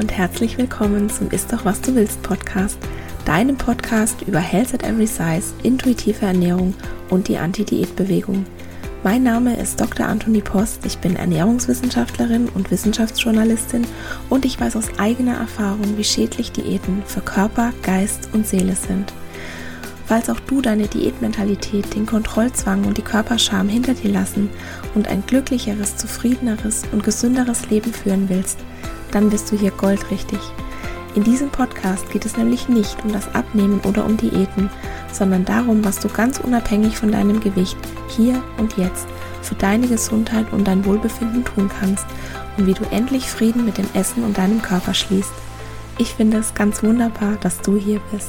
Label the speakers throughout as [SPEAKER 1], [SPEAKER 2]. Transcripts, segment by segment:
[SPEAKER 1] und herzlich willkommen zum Ist doch was du willst Podcast, deinem Podcast über Health at Every Size, intuitive Ernährung und die Anti-Diät-Bewegung. Mein Name ist Dr. Antonie Post, ich bin Ernährungswissenschaftlerin und Wissenschaftsjournalistin und ich weiß aus eigener Erfahrung, wie schädlich Diäten für Körper, Geist und Seele sind. Falls auch du deine Diätmentalität, den Kontrollzwang und die Körperscham hinter dir lassen und ein glücklicheres, zufriedeneres und gesünderes Leben führen willst, dann bist du hier goldrichtig. In diesem Podcast geht es nämlich nicht um das Abnehmen oder um Diäten, sondern darum, was du ganz unabhängig von deinem Gewicht hier und jetzt für deine Gesundheit und dein Wohlbefinden tun kannst und wie du endlich Frieden mit dem Essen und deinem Körper schließt. Ich finde es ganz wunderbar, dass du hier bist.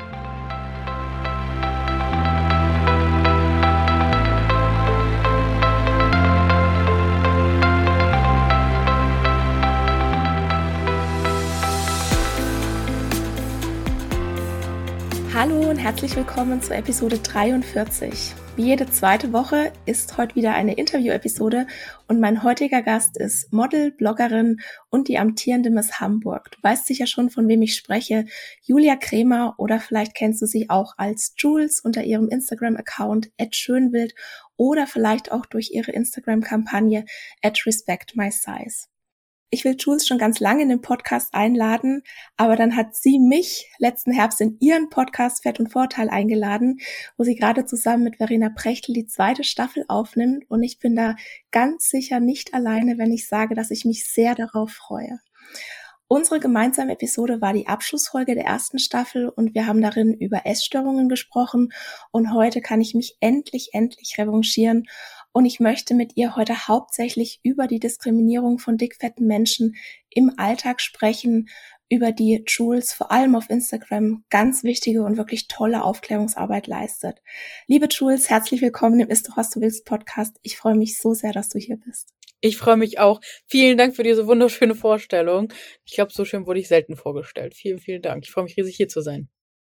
[SPEAKER 1] Hallo und herzlich willkommen zur Episode 43. Wie jede zweite Woche ist heute wieder eine Interview-Episode und mein heutiger Gast ist Model, Bloggerin und die amtierende Miss Hamburg. Du weißt sicher schon, von wem ich spreche, Julia Kremer, oder vielleicht kennst du sie auch als Jules unter ihrem Instagram-Account @schönwild oder vielleicht auch durch ihre Instagram-Kampagne @respectmysize. Ich will Jules schon ganz lange in den Podcast einladen, aber dann hat sie mich letzten Herbst in ihren Podcast Fett und Vorteil eingeladen, wo sie gerade zusammen mit Verena Prechtl die 2. Staffel aufnimmt, und ich bin da ganz sicher nicht alleine, wenn ich sage, dass ich mich sehr darauf freue. Unsere gemeinsame Episode war die Abschlussfolge der 1. Staffel und wir haben darin über Essstörungen gesprochen, und heute kann ich mich endlich revanchieren. Und ich möchte mit ihr heute hauptsächlich über die Diskriminierung von dickfetten Menschen im Alltag sprechen, über die Jules vor allem auf Instagram ganz wichtige und wirklich tolle Aufklärungsarbeit leistet. Liebe Jules, herzlich willkommen im Ist doch was du willst Podcast. Ich freue mich so sehr, dass du hier bist.
[SPEAKER 2] Ich freue mich auch. Vielen Dank für diese wunderschöne Vorstellung. Ich glaube, so schön wurde ich selten vorgestellt. Vielen, vielen Dank. Ich freue mich riesig, hier zu sein.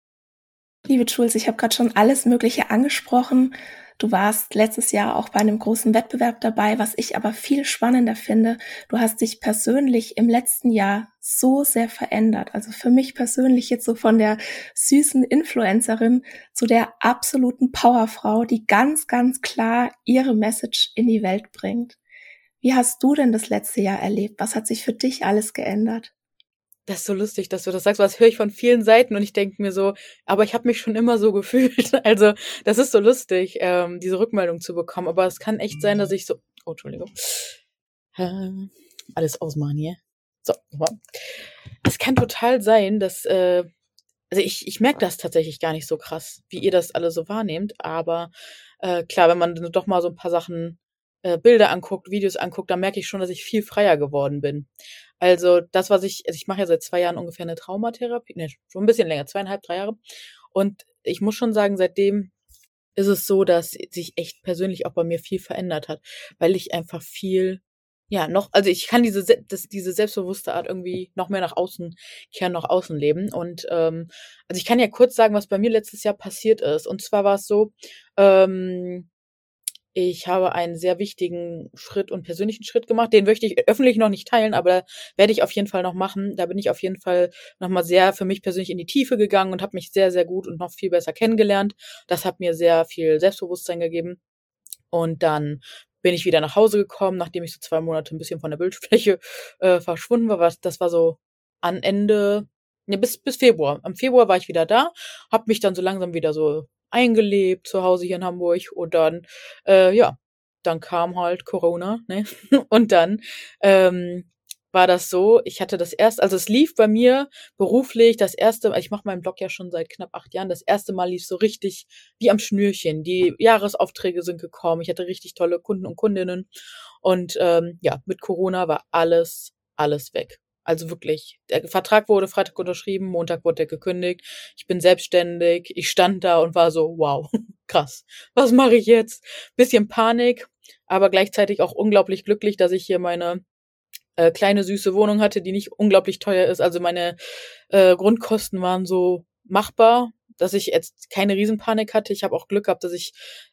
[SPEAKER 1] Liebe Jules, ich habe gerade schon alles Mögliche angesprochen. Du warst letztes Jahr auch bei einem großen Wettbewerb dabei, was ich aber viel spannender finde. Du hast dich persönlich im letzten Jahr so sehr verändert. Also für mich persönlich jetzt so von der süßen Influencerin zu der absoluten Powerfrau, die ganz, ganz klar ihre Message in die Welt bringt. Wie hast du denn das letzte Jahr erlebt? Was hat sich für dich alles geändert?
[SPEAKER 2] Das ist so lustig, dass du das sagst, weil das höre ich von vielen Seiten und ich denke mir so, aber ich habe mich schon immer so gefühlt. Also das ist so lustig, diese Rückmeldung zu bekommen. Aber es kann echt sein, dass ich so, oh, Entschuldigung, alles ausmachen hier. So, nochmal. Es kann total sein, dass, also ich merke das tatsächlich gar nicht so krass, wie ihr das alle so wahrnehmt. Aber klar, wenn man doch mal so ein paar Sachen, Bilder anguckt, Videos anguckt, dann merke ich schon, dass ich viel freier geworden bin. Also das, ich mache ja seit 2 Jahren ungefähr eine Traumatherapie, ne, schon ein bisschen länger, 2,5, 3 Jahre. Und ich muss schon sagen, seitdem ist es so, dass sich echt persönlich auch bei mir viel verändert hat, weil ich einfach viel, ja, also ich kann diese selbstbewusste Art irgendwie noch mehr nach außen kehren, nach außen leben. Und also ich kann ja kurz sagen, was bei mir letztes Jahr passiert ist. Und zwar war es so, ich habe einen sehr wichtigen Schritt und persönlichen Schritt gemacht. Den möchte ich öffentlich noch nicht teilen, aber werde ich auf jeden Fall noch machen. Da bin ich auf jeden Fall nochmal sehr für mich persönlich in die Tiefe gegangen und habe mich sehr, sehr gut und noch viel besser kennengelernt. Das hat mir sehr viel Selbstbewusstsein gegeben. Und dann bin ich wieder nach Hause gekommen, nachdem ich so 2 Monate ein bisschen von der Bildfläche verschwunden war. Das war so an Ende, ne, bis Februar. Am Februar war ich wieder da, habe mich dann so langsam wieder so eingelebt zu Hause hier in Hamburg, und dann, dann kam halt Corona, ne? Und dann war das so, ich hatte also es lief bei mir beruflich ich mache meinen Blog ja schon seit knapp 8 Jahren, das erste Mal lief so richtig wie am Schnürchen. Die Jahresaufträge sind gekommen, ich hatte richtig tolle Kunden und Kundinnen, und mit Corona war alles weg. Also wirklich, der Vertrag wurde Freitag unterschrieben, Montag wurde der gekündigt. Ich bin selbstständig. Ich stand da und war so, wow, krass. Was mache ich jetzt? Bisschen Panik, aber gleichzeitig auch unglaublich glücklich, dass ich hier meine kleine süße Wohnung hatte, die nicht unglaublich teuer ist. Also meine Grundkosten waren so machbar. dass ich jetzt keine Riesenpanik hatte. Ich habe auch Glück gehabt, dass ich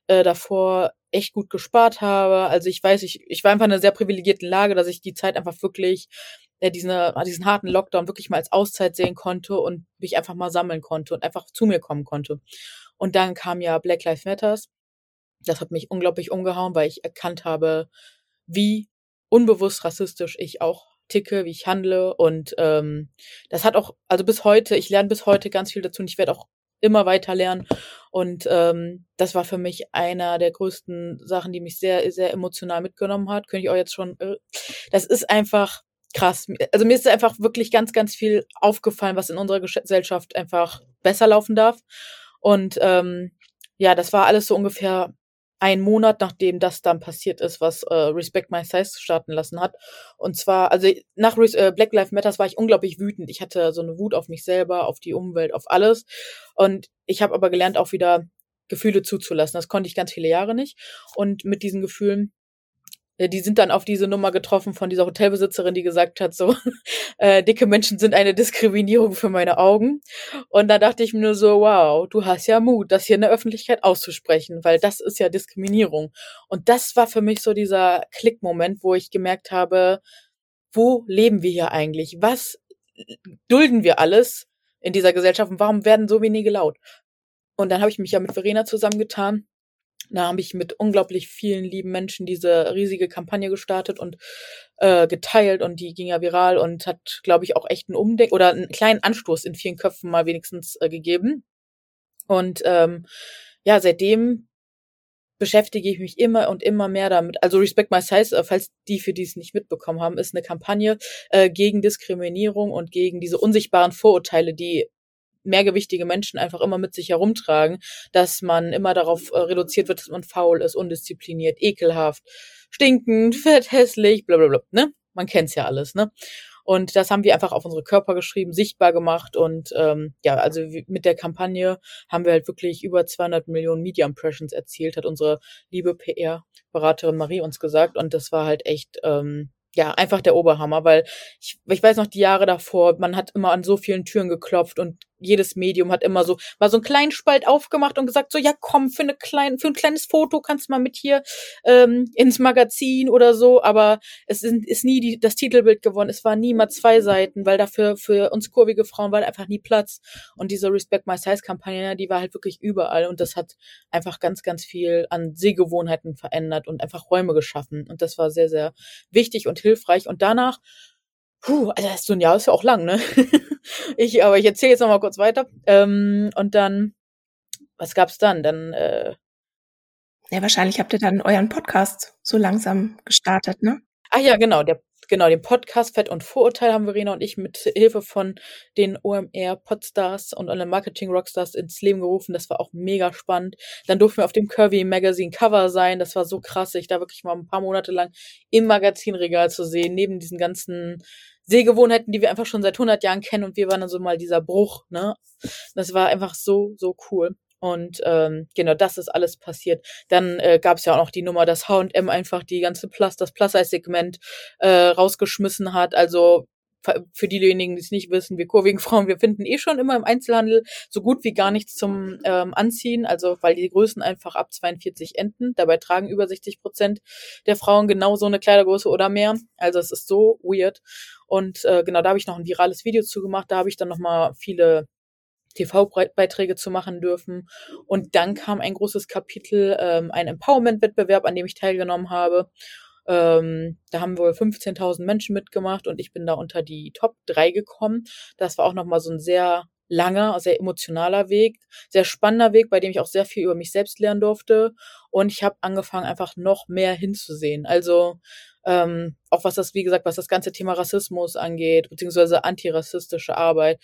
[SPEAKER 2] davor echt gut gespart habe. Also ich weiß, ich war einfach in einer sehr privilegierten Lage, dass ich die Zeit einfach wirklich diesen harten Lockdown wirklich mal als Auszeit sehen konnte und mich einfach mal sammeln konnte und einfach zu mir kommen konnte. Und dann kam ja Black Lives Matters. Das hat mich unglaublich umgehauen, weil ich erkannt habe, wie unbewusst rassistisch ich auch ticke, wie ich handle. Und das hat auch, also bis heute, ich lerne bis heute ganz viel dazu und ich werde auch immer weiter lernen. Und das war für mich einer der größten Sachen, die mich sehr, sehr emotional mitgenommen hat. Könnte ich auch jetzt schon, das ist einfach krass. Also mir ist einfach wirklich ganz, ganz viel aufgefallen, was in unserer Gesellschaft einfach besser laufen darf. Und ja, das war alles so ungefähr ein Monat, nachdem das dann passiert ist, was Respect My Size starten lassen hat. Und zwar, also nach Black Lives Matters war ich unglaublich wütend. Ich hatte so eine Wut auf mich selber, auf die Umwelt, auf alles. Und ich habe aber gelernt, auch wieder Gefühle zuzulassen. Das konnte ich ganz viele Jahre nicht. Und mit diesen Gefühlen, die sind dann auf diese Nummer getroffen von dieser Hotelbesitzerin, die gesagt hat, so, dicke Menschen sind eine Diskriminierung für meine Augen. Und da dachte ich mir nur so, wow, du hast ja Mut, das hier in der Öffentlichkeit auszusprechen, weil das ist ja Diskriminierung. Und das war für mich so dieser Klickmoment, wo ich gemerkt habe, wo leben wir hier eigentlich? Was dulden wir alles in dieser Gesellschaft und warum werden so wenige laut? Und dann habe ich mich ja mit Verena zusammengetan. Da habe ich mit unglaublich vielen lieben Menschen diese riesige Kampagne gestartet und geteilt und die ging ja viral und hat, glaube ich, auch echt oder einen kleinen Anstoß in vielen Köpfen mal wenigstens gegeben. Und ja, seitdem beschäftige ich mich immer und immer mehr damit. Also Respect My Size, falls die, für die es nicht mitbekommen haben, ist eine Kampagne gegen Diskriminierung und gegen diese unsichtbaren Vorurteile, die mehrgewichtige Menschen einfach immer mit sich herumtragen, dass man immer darauf reduziert wird, dass man faul ist, undiszipliniert, ekelhaft, stinkend, fett, hässlich, blablabla, ne? Man kennt's ja alles, ne? Und das haben wir einfach auf unsere Körper geschrieben, sichtbar gemacht und ja, also mit der Kampagne haben wir halt wirklich über 200 Millionen Media Impressions erzielt, hat unsere liebe PR-Beraterin Marie uns gesagt und das war halt echt ja, einfach der Oberhammer, weil ich weiß noch die Jahre davor, man hat immer an so vielen Türen geklopft und jedes Medium hat immer so, mal so einen kleinen Spalt aufgemacht und gesagt so, ja komm, für ein kleines Foto kannst du mal mit hier ins Magazin oder so, aber es ist nie das Titelbild geworden, es waren nie mal 2 Seiten, weil dafür für uns kurvige Frauen war einfach nie Platz und diese Respect My Size Kampagne, die war halt wirklich überall und das hat einfach ganz, ganz viel an Sehgewohnheiten verändert und einfach Räume geschaffen und das war sehr, sehr wichtig und hilfreich und danach also so ein Jahr ist ja auch lang, ne? Aber ich erzähle jetzt noch mal kurz weiter. Und dann, was gab's dann? Dann,
[SPEAKER 1] Ja, wahrscheinlich habt ihr dann euren Podcast so langsam gestartet, ne?
[SPEAKER 2] ach ja, genau, den Podcast Fett und Vorurteil haben Verena und ich mit Hilfe von den OMR Podstars und Online Marketing Rockstars ins Leben gerufen. Das war auch mega spannend. Dann durften wir auf dem Curvy Magazine Cover sein. Das war so krass, sich da wirklich mal ein paar Monate lang im Magazinregal zu sehen, neben diesen ganzen Sehgewohnheiten, die wir einfach schon seit 100 Jahren kennen und wir waren dann so mal dieser Bruch, ne? Das war einfach so, so cool. Und genau, das ist alles passiert. Dann gab es ja auch noch die Nummer, dass H&M einfach das Plus-Size-Segment rausgeschmissen hat. Also für diejenigen, die es nicht wissen, wir kurvigen Frauen, wir finden schon immer im Einzelhandel so gut wie gar nichts zum Anziehen. Also weil die Größen einfach ab 42 enden. Dabei tragen über 60% der Frauen genau so eine Kleidergröße oder mehr. Also es ist so weird. Und genau, da habe ich noch ein virales Video zu gemacht. Da habe ich dann nochmal viele TV-Beiträge zu machen dürfen. Und dann kam ein großes Kapitel, ein Empowerment-Wettbewerb, an dem ich teilgenommen habe. Da haben wohl 15.000 Menschen mitgemacht und ich bin da unter die Top 3 gekommen. Das war auch nochmal so ein sehr langer, sehr emotionaler Weg, sehr spannender Weg, bei dem ich auch sehr viel über mich selbst lernen durfte. Und ich habe angefangen, einfach noch mehr hinzusehen. Also auch was was das ganze Thema Rassismus angeht, beziehungsweise antirassistische Arbeit.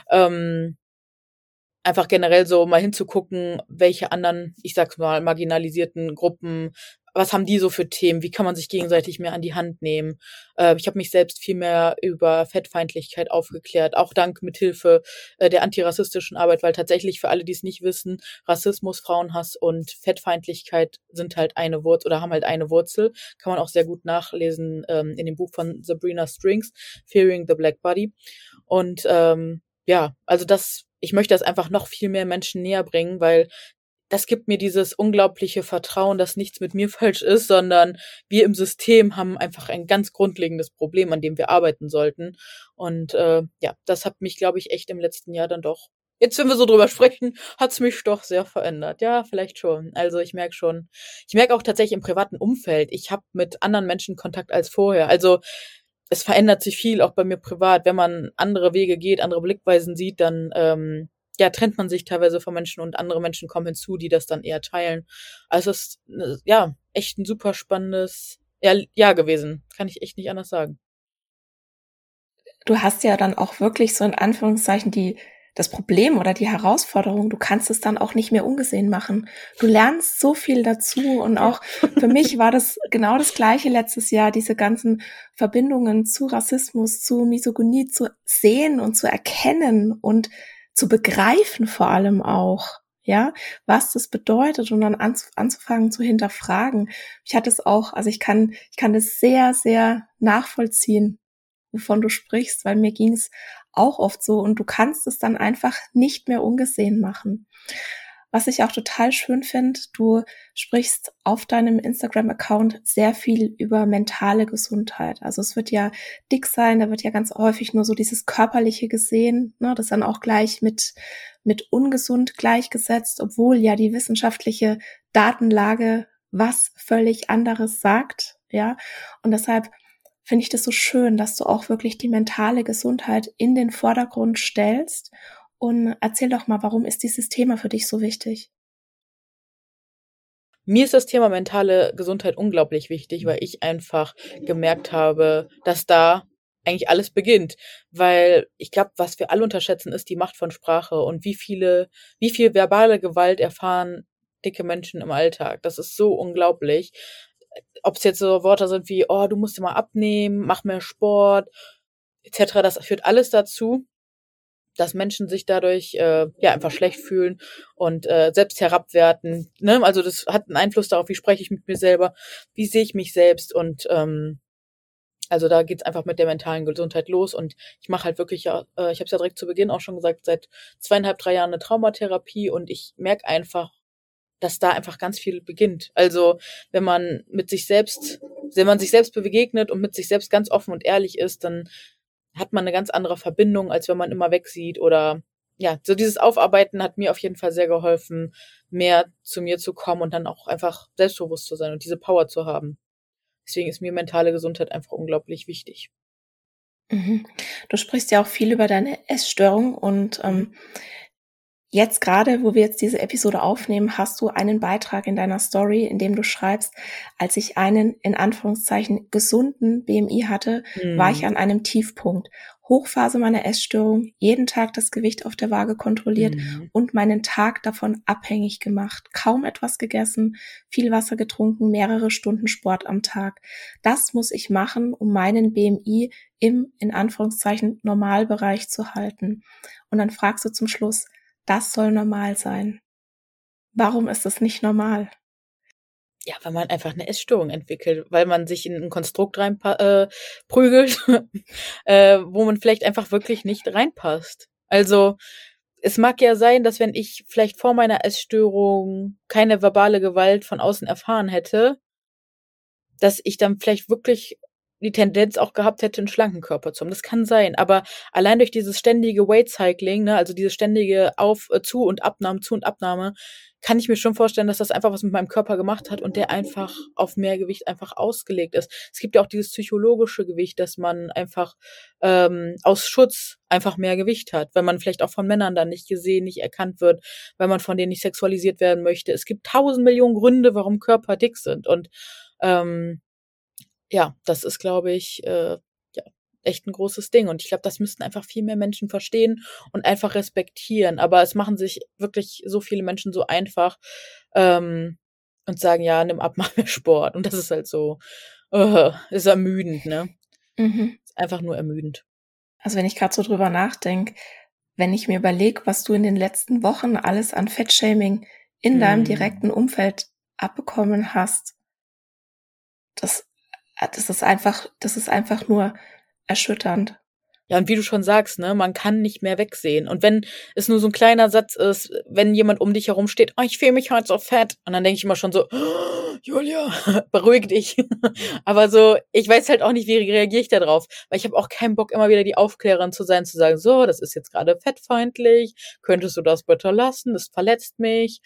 [SPEAKER 2] Einfach generell so mal hinzugucken, welche anderen, ich sag's mal, marginalisierten Gruppen, was haben die so für Themen, wie kann man sich gegenseitig mehr an die Hand nehmen. Ich habe mich selbst viel mehr über Fettfeindlichkeit aufgeklärt, auch dank mithilfe der antirassistischen Arbeit, weil tatsächlich für alle, die es nicht wissen, Rassismus, Frauenhass und Fettfeindlichkeit sind halt eine Wurzel oder haben halt eine Wurzel. Kann man auch sehr gut nachlesen in dem Buch von Sabrina Strings, Fearing the Black Body. Und ja, also das ich möchte das einfach noch viel mehr Menschen näher bringen, weil das gibt mir dieses unglaubliche Vertrauen, dass nichts mit mir falsch ist, sondern wir im System haben einfach ein ganz grundlegendes Problem, an dem wir arbeiten sollten. Und ja, das hat mich, glaube ich, echt im letzten Jahr dann doch, jetzt, wenn wir so drüber sprechen, hat's mich doch sehr verändert. Ja, vielleicht schon. Also ich merke schon, ich merke auch tatsächlich im privaten Umfeld, ich habe mit anderen Menschen Kontakt als vorher. Also es verändert sich viel, auch bei mir privat. Wenn man andere Wege geht, andere Blickweisen sieht, dann ja, trennt man sich teilweise von Menschen und andere Menschen kommen hinzu, die das dann eher teilen. Also es ist ja echt ein super spannendes Jahr gewesen. Kann ich echt nicht anders sagen.
[SPEAKER 1] Du hast ja dann auch wirklich so in Anführungszeichen das Problem oder die Herausforderung, du kannst es dann auch nicht mehr ungesehen machen. Du lernst so viel dazu und
[SPEAKER 2] Ja.
[SPEAKER 1] auch für mich war das genau das Gleiche letztes Jahr, diese ganzen Verbindungen zu Rassismus, zu Misogynie zu sehen und zu erkennen und zu begreifen vor allem auch, ja, was das bedeutet und dann anzufangen zu hinterfragen. Ich hatte es auch, also ich kann das sehr, sehr nachvollziehen, wovon du sprichst, weil mir ging es auch oft so und du kannst es dann einfach nicht mehr ungesehen machen. Was ich auch total schön finde, du sprichst auf deinem Instagram-Account sehr viel über mentale Gesundheit. Also es wird ja dick sein, da wird ja ganz häufig nur so dieses Körperliche gesehen, ne, das dann auch gleich mit ungesund gleichgesetzt, obwohl ja die wissenschaftliche Datenlage was völlig anderes sagt, ja. Und deshalb finde ich das so schön, dass du auch wirklich die mentale Gesundheit in den Vordergrund stellst. Und erzähl doch mal, warum ist dieses Thema für dich so wichtig?
[SPEAKER 2] Mir ist das Thema mentale Gesundheit unglaublich wichtig, weil ich einfach gemerkt habe, dass da eigentlich alles beginnt. Weil ich glaube, was wir alle unterschätzen, ist die Macht von Sprache und wie viel verbale Gewalt erfahren dicke Menschen im Alltag. Das ist so unglaublich. Ob es jetzt so Worte sind wie, oh, du musst dir mal abnehmen, mach mehr Sport, etc., das führt alles dazu, dass Menschen sich dadurch ja einfach schlecht fühlen und selbst herabwerten. Ne? Also das hat einen Einfluss darauf, wie spreche ich mit mir selber, wie sehe ich mich selbst und also da geht's einfach mit der mentalen Gesundheit los und ich mache halt wirklich, ich habe es ja direkt zu Beginn auch schon gesagt, seit 2,5, 3 Jahren eine Traumatherapie und ich merke einfach, dass da einfach ganz viel beginnt. Also wenn man sich selbst begegnet und mit sich selbst ganz offen und ehrlich ist, dann hat man eine ganz andere Verbindung, als wenn man immer wegsieht oder ja, so dieses Aufarbeiten hat mir auf jeden Fall sehr geholfen, mehr zu mir zu kommen und dann auch einfach selbstbewusst zu sein und diese Power zu haben. Deswegen ist mir mentale Gesundheit einfach unglaublich wichtig.
[SPEAKER 1] Mhm. Du sprichst ja auch viel über deine Essstörung und jetzt gerade, wo wir jetzt diese Episode aufnehmen, hast du einen Beitrag in deiner Story, in dem du schreibst, als ich einen, in Anführungszeichen, gesunden BMI hatte, war ich an einem Tiefpunkt. Hochphase meiner Essstörung, jeden Tag das Gewicht auf der Waage kontrolliert und meinen Tag davon abhängig gemacht. Kaum etwas gegessen, viel Wasser getrunken, mehrere Stunden Sport am Tag. Das muss ich machen, um meinen BMI im, in Anführungszeichen, Normalbereich zu halten. Und dann fragst du zum Schluss, das soll normal sein. Warum ist das nicht normal?
[SPEAKER 2] Ja, weil man einfach eine Essstörung entwickelt, weil man sich in ein Konstrukt rein prügelt, wo man vielleicht einfach wirklich nicht reinpasst. Also es mag ja sein, dass wenn ich vielleicht vor meiner Essstörung keine verbale Gewalt von außen erfahren hätte, dass ich dann vielleicht wirklich die Tendenz auch gehabt hätte, einen schlanken Körper zu haben. Das kann sein, aber allein durch dieses ständige Weight Cycling, ne, also diese ständige Zu- und Abnahme, kann ich mir schon vorstellen, dass das einfach was mit meinem Körper gemacht hat und der einfach auf mehr Gewicht einfach ausgelegt ist. Es gibt ja auch dieses psychologische Gewicht, dass man einfach aus Schutz einfach mehr Gewicht hat, weil man vielleicht auch von Männern dann nicht gesehen, nicht erkannt wird, weil man von denen nicht sexualisiert werden möchte. Es gibt 1.000 Millionen Gründe, warum Körper dick sind und ja, das ist, glaube ich, ja, echt ein großes Ding. Und ich glaube, das müssten einfach viel mehr Menschen verstehen und einfach respektieren. Aber es machen sich wirklich so viele Menschen so einfach und sagen, ja, nimm ab, mach mehr Sport. Und das ist halt so, ist ermüdend, ne? Ist einfach nur ermüdend.
[SPEAKER 1] Also wenn ich gerade so drüber nachdenke, wenn ich mir überlege, was du in den letzten Wochen alles an Fettshaming in deinem direkten Umfeld abbekommen hast, das ist einfach nur erschütternd.
[SPEAKER 2] Ja, und wie du schon sagst, ne, man kann nicht mehr wegsehen. Und wenn es nur so ein kleiner Satz ist, wenn jemand um dich herum steht, oh, ich fühle mich heute so fett. Und dann denke ich immer schon so, oh, Julia, beruhig dich. Aber so, ich weiß halt auch nicht, wie reagiere ich da drauf. Weil ich habe auch keinen Bock, immer wieder die Aufklärerin zu sein, zu sagen, so, das ist jetzt gerade fettfeindlich, könntest du das bitte lassen, das verletzt mich.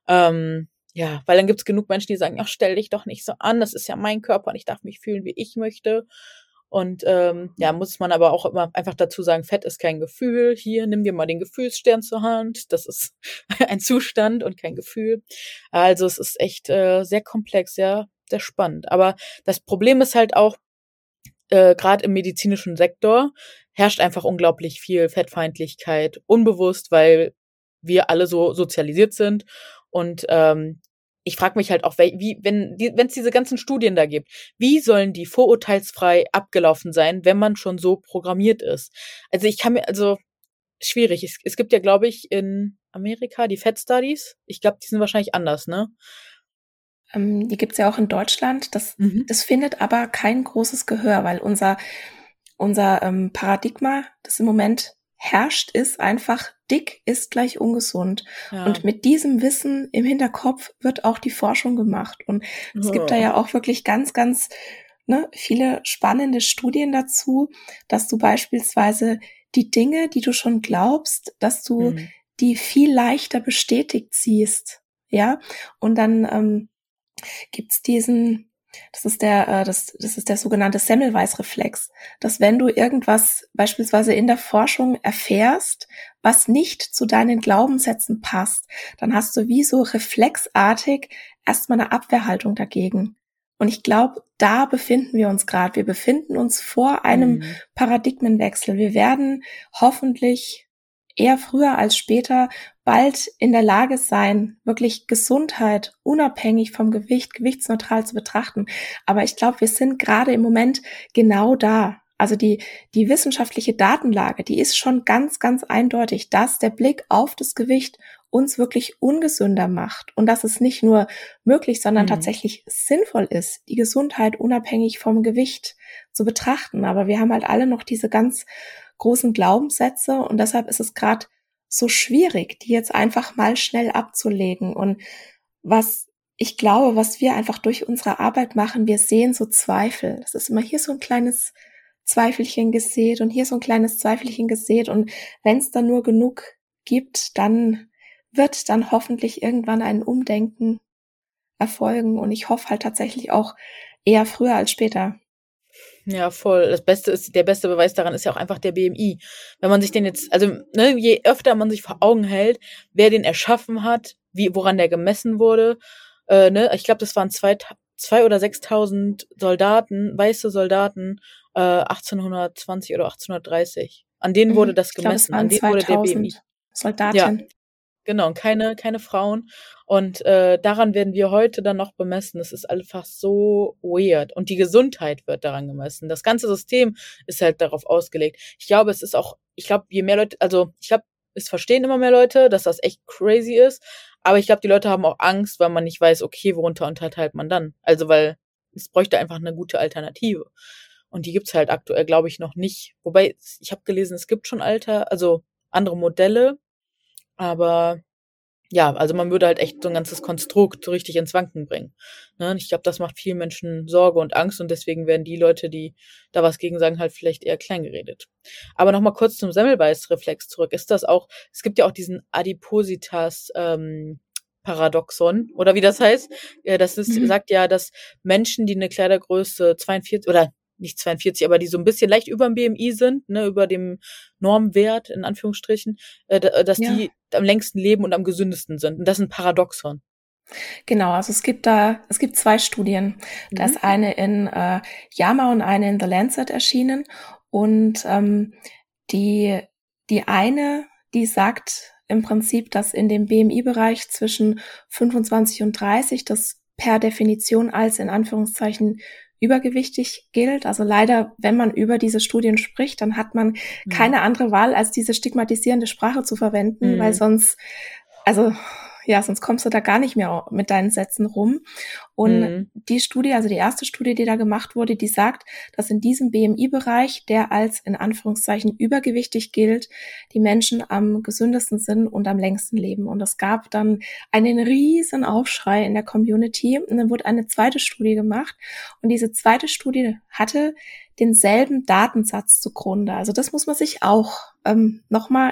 [SPEAKER 2] Ja, weil dann gibt's genug Menschen, die sagen, ach, stell dich doch nicht so an, das ist ja mein Körper und ich darf mich fühlen, wie ich möchte. Und ja, muss man aber auch immer einfach dazu sagen, Fett ist kein Gefühl. Hier, nimm dir mal den Gefühlsstern zur Hand. Das ist ein Zustand und kein Gefühl. Also es ist echt sehr komplex, sehr, sehr spannend. Aber das Problem ist halt auch, gerade im medizinischen Sektor herrscht einfach unglaublich viel Fettfeindlichkeit, unbewusst, weil wir alle so sozialisiert sind. Und ich frage mich halt auch, wie, wenn es diese ganzen Studien da gibt, wie sollen die vorurteilsfrei abgelaufen sein, wenn man schon so programmiert ist? Also schwierig. Es gibt ja, glaube ich, in Amerika die Fat Studies. Ich glaube, die sind wahrscheinlich anders, ne?
[SPEAKER 1] Die gibt's ja auch in Deutschland. Das findet aber kein großes Gehör, weil unser Paradigma, das im Moment herrscht, ist einfach, dick ist gleich ungesund.
[SPEAKER 2] Ja.
[SPEAKER 1] Und mit diesem Wissen im Hinterkopf wird auch die Forschung gemacht. Und es gibt da ja auch wirklich ganz, ganz viele spannende Studien dazu, dass du beispielsweise die Dinge, die du schon glaubst, dass du die viel leichter bestätigt siehst. Ja, und dann gibt's das ist der sogenannte Semmelweis-Reflex, dass wenn du irgendwas beispielsweise in der Forschung erfährst, was nicht zu deinen Glaubenssätzen passt, dann hast du wie so reflexartig erstmal eine Abwehrhaltung dagegen. Und ich glaube, da befinden wir uns gerade. Wir befinden uns vor einem Paradigmenwechsel. Wir werden hoffentlich eher früher als später bald in der Lage sein, wirklich Gesundheit unabhängig vom Gewicht, gewichtsneutral zu betrachten. Aber ich glaube, wir sind gerade im Moment genau da. Also die wissenschaftliche Datenlage, die ist schon ganz, ganz eindeutig, dass der Blick auf das Gewicht uns wirklich ungesünder macht und dass es nicht nur möglich, sondern tatsächlich sinnvoll ist, die Gesundheit unabhängig vom Gewicht zu betrachten. Aber wir haben halt alle noch diese ganz großen Glaubenssätze und deshalb ist es gerade so schwierig, die jetzt einfach mal schnell abzulegen. Und was ich glaube, was wir einfach durch unsere Arbeit machen, wir sehen so Zweifel. Das ist immer hier so ein kleines Zweifelchen gesät und hier so ein kleines Zweifelchen gesät. Und wenn es dann nur genug gibt, dann wird dann hoffentlich irgendwann ein Umdenken erfolgen. Und ich hoffe halt tatsächlich auch eher früher als später.
[SPEAKER 2] Ja, voll. Der beste Beweis daran ist ja auch einfach der BMI. Wenn man sich den jetzt, also, ne, je öfter man sich vor Augen hält, wer den erschaffen hat, woran der gemessen wurde, ich glaube, das waren 2.000 oder 6.000 Soldaten, weiße Soldaten, 1820 oder 1830. An denen wurde das gemessen,
[SPEAKER 1] an denen wurde der BMI. Soldaten.
[SPEAKER 2] Ja. Genau, keine Frauen. Und daran werden wir heute dann noch bemessen. Das ist einfach so weird. Und die Gesundheit wird daran gemessen. Das ganze System ist halt darauf ausgelegt. Ich glaube, je mehr Leute, also ich glaube, es verstehen immer mehr Leute, dass das echt crazy ist. Aber ich glaube, die Leute haben auch Angst, weil man nicht weiß, okay, worunter unterteilt man dann? Also, weil es bräuchte einfach eine gute Alternative. Und die gibt's halt aktuell, glaube ich, noch nicht. Wobei, ich habe gelesen, es gibt schon andere Modelle. Aber ja, also man würde halt echt so ein ganzes Konstrukt so richtig ins Wanken bringen. Ne? Und ich glaube, das macht vielen Menschen Sorge und Angst und deswegen werden die Leute, die da was gegen sagen, halt vielleicht eher kleingeredet. Aber nochmal kurz zum Semmelweis-Reflex zurück. Es gibt ja auch diesen Adipositas Paradoxon, oder wie das heißt. Sagt ja, dass Menschen, die eine Kleidergröße 42 oder nicht 42, aber die so ein bisschen leicht über dem BMI sind, ne, über dem Normwert, in Anführungsstrichen, dass die am längsten leben und am gesündesten sind. Und das ist ein Paradoxon.
[SPEAKER 1] Genau, also es gibt 2 Studien. Da ist eine in JAMA und eine in The Lancet erschienen. Und die eine, die sagt im Prinzip, dass in dem BMI-Bereich zwischen 25 und 30 das per Definition als in Anführungszeichen übergewichtig gilt. Also leider, wenn man über diese Studien spricht, dann hat man keine andere Wahl, als diese stigmatisierende Sprache zu verwenden, weil sonst, also ja, sonst kommst du da gar nicht mehr mit deinen Sätzen rum. Und die Studie, also die erste Studie, die da gemacht wurde, die sagt, dass in diesem BMI-Bereich, der als in Anführungszeichen übergewichtig gilt, die Menschen am gesündesten sind und am längsten leben. Und es gab dann einen riesen Aufschrei in der Community. Und dann wurde eine zweite Studie gemacht. Und diese zweite Studie hatte denselben Datensatz zugrunde. Also das muss man sich auch nochmal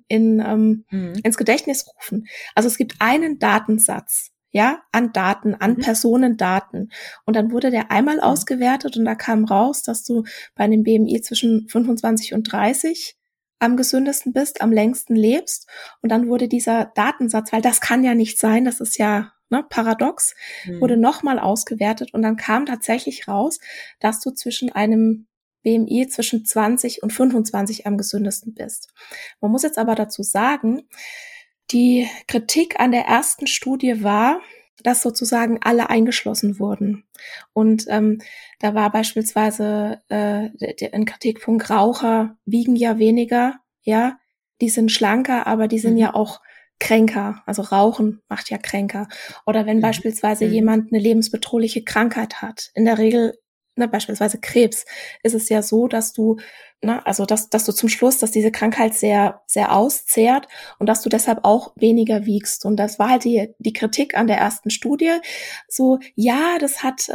[SPEAKER 1] ins Gedächtnis rufen. Also es gibt einen Datensatz, ja, an Daten, an Personendaten. Und dann wurde der einmal ausgewertet und da kam raus, dass du bei einem BMI zwischen 25 und 30 am gesündesten bist, am längsten lebst. Und dann wurde dieser Datensatz, weil das kann ja nicht sein, das ist ja paradox, wurde nochmal ausgewertet und dann kam tatsächlich raus, dass du zwischen einem BMI zwischen 20 und 25 am gesündesten bist. Man muss jetzt aber dazu sagen, die Kritik an der ersten Studie war, dass sozusagen alle eingeschlossen wurden. Und da war beispielsweise ein Kritikpunkt, Raucher wiegen ja weniger, ja, die sind schlanker, aber die sind ja auch kränker. Also Rauchen macht ja kränker. Oder wenn beispielsweise jemand eine lebensbedrohliche Krankheit hat, in der Regel beispielsweise Krebs, ist es ja so, dass du, dass du zum Schluss, dass diese Krankheit sehr, sehr auszehrt und dass du deshalb auch weniger wiegst. Und das war halt die Kritik an der ersten Studie. So, ja, das hat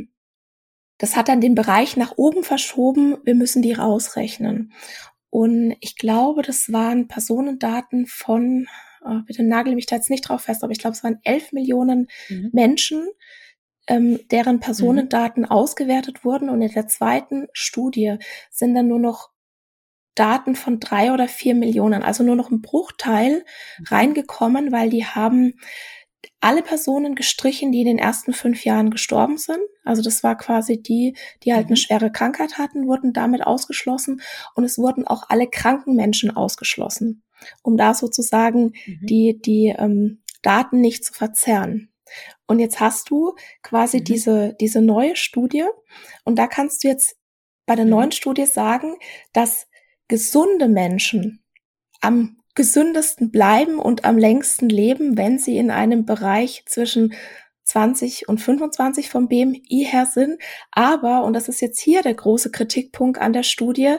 [SPEAKER 1] dann den Bereich nach oben verschoben. Wir müssen die rausrechnen. Und ich glaube, das waren Personendaten von, bitte nagel mich da jetzt nicht drauf fest, aber ich glaube, es waren 11 Millionen Menschen, deren Personendaten ausgewertet wurden. Und in der zweiten Studie sind dann nur noch Daten von 3 oder 4 Millionen, also nur noch ein Bruchteil reingekommen, weil die haben alle Personen gestrichen, die in den ersten 5 Jahren gestorben sind. Also das war quasi die halt eine schwere Krankheit hatten, wurden damit ausgeschlossen. Und es wurden auch alle kranken Menschen ausgeschlossen, um da sozusagen die Daten nicht zu verzerren. Und jetzt hast du quasi diese neue Studie und da kannst du jetzt bei der neuen Studie sagen, dass gesunde Menschen am gesündesten bleiben und am längsten leben, wenn sie in einem Bereich zwischen 20 und 25 vom BMI her sind. Aber, und das ist jetzt hier der große Kritikpunkt an der Studie,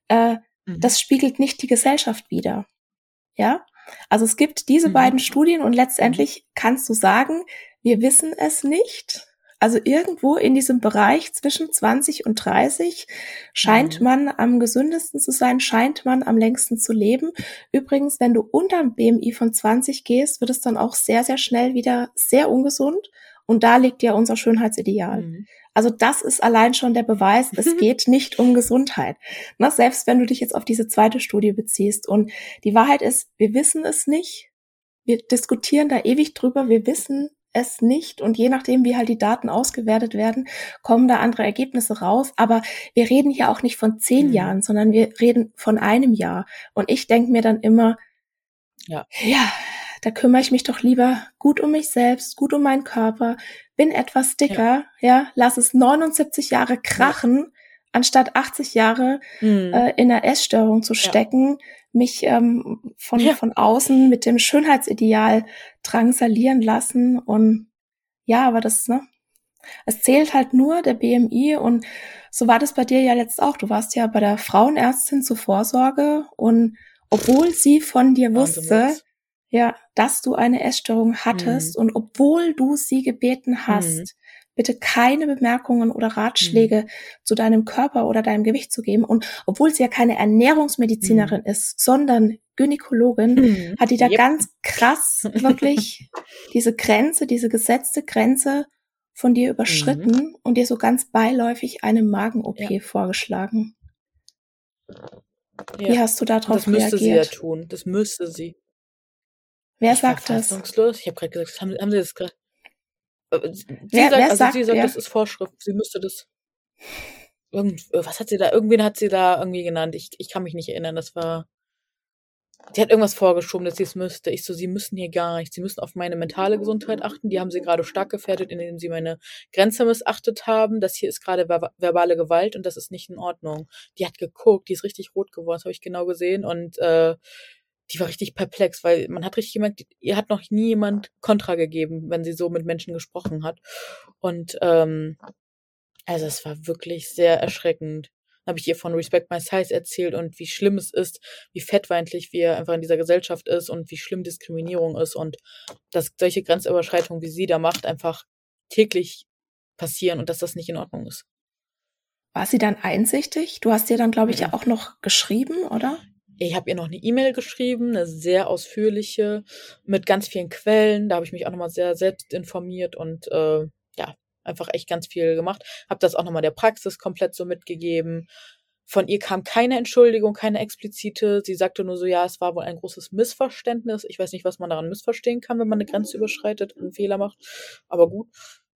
[SPEAKER 1] das spiegelt nicht die Gesellschaft wider. Ja? Also es gibt diese beiden Studien und letztendlich kannst du sagen, wir wissen es nicht. Also irgendwo in diesem Bereich zwischen 20 und 30 scheint man am gesündesten zu sein, scheint man am längsten zu leben. Übrigens, wenn du unter dem BMI von 20 gehst, wird es dann auch sehr, sehr schnell wieder sehr ungesund. Und da liegt ja unser Schönheitsideal. Also das ist allein schon der Beweis, es geht nicht um Gesundheit. Selbst wenn du dich jetzt auf diese zweite Studie beziehst. Und die Wahrheit ist, wir wissen es nicht. Wir diskutieren da ewig drüber. Wir wissen es nicht. Und je nachdem, wie halt die Daten ausgewertet werden, kommen da andere Ergebnisse raus. Aber wir reden hier auch nicht von 10 Jahren, sondern wir reden von einem Jahr. Und ich denke mir dann immer, ja, da kümmere ich mich doch lieber gut um mich selbst, gut um meinen Körper, bin etwas dicker, lass es 79 Jahre krachen, anstatt 80 Jahre in einer Essstörung zu stecken, mich von außen mit dem Schönheitsideal drangsalieren lassen. Und ja, aber das, es zählt halt nur der BMI und so war das bei dir ja jetzt auch. Du warst ja bei der Frauenärztin zur Vorsorge und obwohl sie von dir wusste, dass du eine Essstörung hattest und obwohl du sie gebeten hast, bitte keine Bemerkungen oder Ratschläge zu deinem Körper oder deinem Gewicht zu geben und obwohl sie ja keine Ernährungsmedizinerin ist, sondern Gynäkologin, hat die da ganz krass wirklich diese Grenze, diese gesetzte Grenze von dir überschritten und dir so ganz beiläufig eine Magen-OP vorgeschlagen. Wie hast du darauf reagiert?
[SPEAKER 2] Das müsste sie ja tun. Das müsste sie.
[SPEAKER 1] Wer sagt das?
[SPEAKER 2] Ich habe gerade gesagt, haben sie das gerade? Sie sagt, das ist Vorschrift. Sie müsste das. Was hat sie da? Irgendwen hat sie da irgendwie genannt. Ich kann mich nicht erinnern. Das war. Sie hat irgendwas vorgeschoben, dass sie es müsste. Ich so, sie müssen hier gar nichts. Sie müssen auf meine mentale Gesundheit achten. Die haben sie gerade stark gefährdet, indem sie meine Grenze missachtet haben. Das hier ist gerade verbale Gewalt und das ist nicht in Ordnung. Die hat geguckt, die ist richtig rot geworden. Das habe ich genau gesehen. Und die war richtig perplex, weil man hat richtig gemerkt, ihr hat noch nie jemand Kontra gegeben, wenn sie so mit Menschen gesprochen hat. Und also es war wirklich sehr erschreckend. Dann habe ich ihr von Respect My Size erzählt und wie schlimm es ist, wie fettfeindlich wir einfach in dieser Gesellschaft ist und wie schlimm Diskriminierung ist und dass solche Grenzüberschreitungen, wie sie da macht, einfach täglich passieren und dass das nicht in Ordnung ist.
[SPEAKER 1] War sie dann einsichtig? Du hast ihr dann, glaube ich, ja
[SPEAKER 2] Mhm.
[SPEAKER 1] auch noch geschrieben, oder?
[SPEAKER 2] Ich habe ihr noch eine E-Mail geschrieben, eine sehr ausführliche, mit ganz vielen Quellen. Da habe ich mich auch nochmal sehr selbst informiert und ja, einfach echt ganz viel gemacht. Habe das auch nochmal der Praxis komplett so mitgegeben. Von ihr kam keine Entschuldigung, keine explizite. Sie sagte nur so, ja, es war wohl ein großes Missverständnis. Ich weiß nicht, was man daran missverstehen kann, wenn man eine Grenze überschreitet und einen Fehler macht. Aber gut.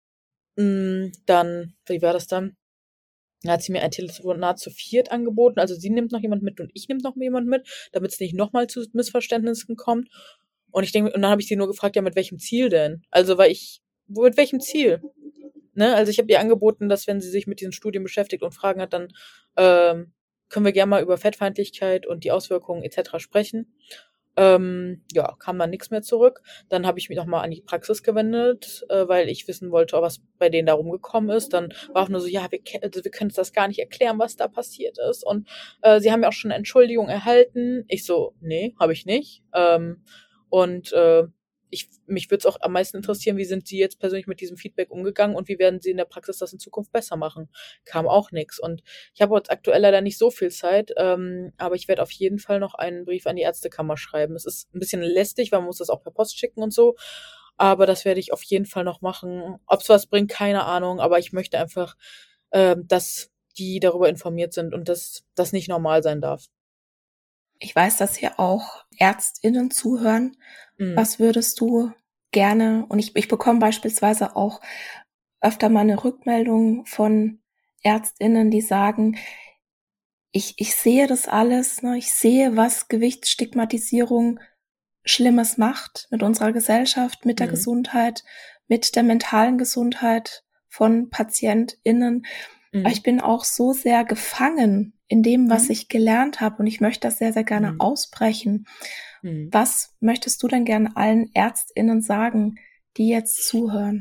[SPEAKER 2] Dann, wie war das dann? Dann hat sie mir ein Telefonat zu viert angeboten. Also sie nimmt noch jemand mit und ich nehme noch jemand mit, damit es nicht nochmal zu Missverständnissen kommt. Und ich denke, und dann habe ich sie nur gefragt, ja, mit welchem Ziel denn? Also, mit welchem Ziel? Ne? Also ich habe ihr angeboten, dass wenn sie sich mit diesen Studien beschäftigt und Fragen hat, dann können wir gerne mal über Fettfeindlichkeit und die Auswirkungen etc. sprechen. Ja, kam dann nichts mehr zurück. Dann habe ich mich nochmal an die Praxis gewendet, weil ich wissen wollte, was bei denen da rumgekommen ist. Dann war auch nur so, ja, wir können uns das gar nicht erklären, was da passiert ist. Und sie haben ja auch schon eine Entschuldigung erhalten. Ich so, nee, habe ich nicht. Und mich würde es auch am meisten interessieren, wie sind Sie jetzt persönlich mit diesem Feedback umgegangen und wie werden Sie in der Praxis das in Zukunft besser machen? Kam auch nichts. Und ich habe jetzt aktuell leider nicht so viel Zeit, aber ich werde auf jeden Fall noch einen Brief an die Ärztekammer schreiben. Es ist ein bisschen lästig, weil man muss das auch per Post schicken und so. Aber das werde ich auf jeden Fall noch machen. Ob es was bringt, keine Ahnung. Aber ich möchte einfach, dass die darüber informiert sind und dass das nicht normal sein darf.
[SPEAKER 1] Ich weiß, dass hier auch ÄrztInnen zuhören.
[SPEAKER 2] Mhm.
[SPEAKER 1] Was würdest du gerne, und ich bekomme beispielsweise auch öfter mal eine Rückmeldung von ÄrztInnen, die sagen, ich sehe das alles, ne? Ich sehe, was Gewichtsstigmatisierung Schlimmes macht mit unserer Gesellschaft, mit der
[SPEAKER 2] Mhm.
[SPEAKER 1] Gesundheit, mit der mentalen Gesundheit von PatientInnen. Aber
[SPEAKER 2] Mhm.
[SPEAKER 1] ich bin auch so sehr gefangen in dem, was
[SPEAKER 2] Mhm.
[SPEAKER 1] ich gelernt habe, und ich möchte das sehr, sehr gerne
[SPEAKER 2] Mhm.
[SPEAKER 1] ausbrechen.
[SPEAKER 2] Mhm.
[SPEAKER 1] Was möchtest du denn gerne allen ÄrztInnen sagen, die jetzt zuhören?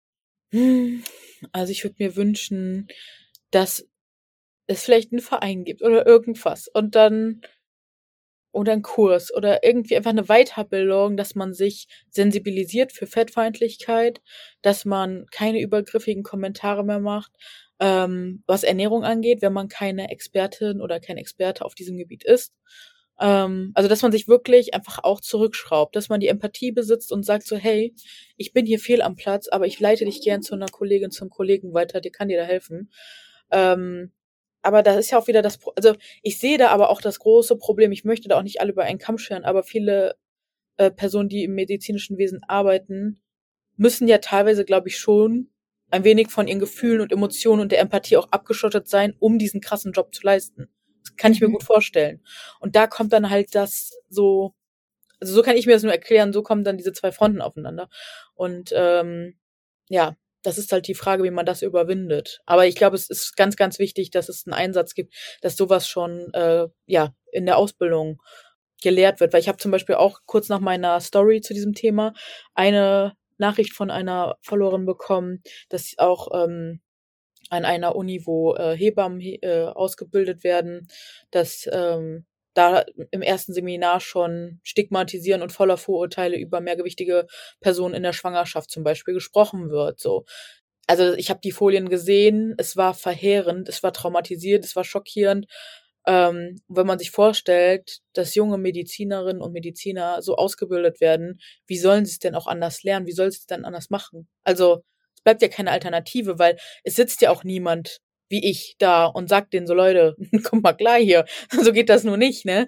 [SPEAKER 2] Also ich würde mir wünschen, dass es vielleicht einen Verein gibt oder irgendwas und dann oder einen Kurs oder irgendwie einfach eine Weiterbildung, dass man sich sensibilisiert für Fettfeindlichkeit, dass man keine übergriffigen Kommentare mehr macht, was Ernährung angeht, wenn man keine Expertin oder kein Experte auf diesem Gebiet ist. Also, dass man sich wirklich einfach auch zurückschraubt, dass man die Empathie besitzt und sagt so: „Hey, ich bin hier fehl am Platz, aber ich leite dich gern zu einer Kollegin, zum Kollegen weiter, der kann dir da helfen.“ Ähm, aber da ist ja auch wieder also, ich sehe da aber auch das große Problem. Ich möchte da auch nicht alle über einen Kamm scheren, aber viele, Personen, die im medizinischen Wesen arbeiten, müssen ja teilweise, glaube ich, schon ein wenig von ihren Gefühlen und Emotionen und der Empathie auch abgeschottet sein, um diesen krassen Job zu leisten. Das kann ich mir
[SPEAKER 1] Mhm.
[SPEAKER 2] gut vorstellen. Und da kommt dann halt das so, also so kann ich mir das nur erklären, so kommen dann diese 2 Fronten aufeinander. Und ja, das ist halt die Frage, wie man das überwindet. Aber ich glaube, es ist ganz, ganz wichtig, dass es einen Einsatz gibt, dass sowas schon ja in der Ausbildung gelehrt wird. Weil ich habe zum Beispiel auch kurz nach meiner Story zu diesem Thema eine Nachricht von einer Followerin bekommen, dass auch an einer Uni, wo Hebammen ausgebildet werden, dass da im ersten Seminar schon stigmatisieren und voller Vorurteile über mehrgewichtige Personen in der Schwangerschaft zum Beispiel gesprochen wird. So. Also ich habe die Folien gesehen, es war verheerend, es war traumatisierend, es war schockierend. Wenn man sich vorstellt, dass junge Medizinerinnen und Mediziner so ausgebildet werden, wie sollen sie es denn auch anders lernen? Wie soll sie es denn anders machen? Also es bleibt ja keine Alternative, weil es sitzt ja auch niemand wie ich da und sagt denen so, Leute, kommt mal klar hier. So geht das nur nicht, ne?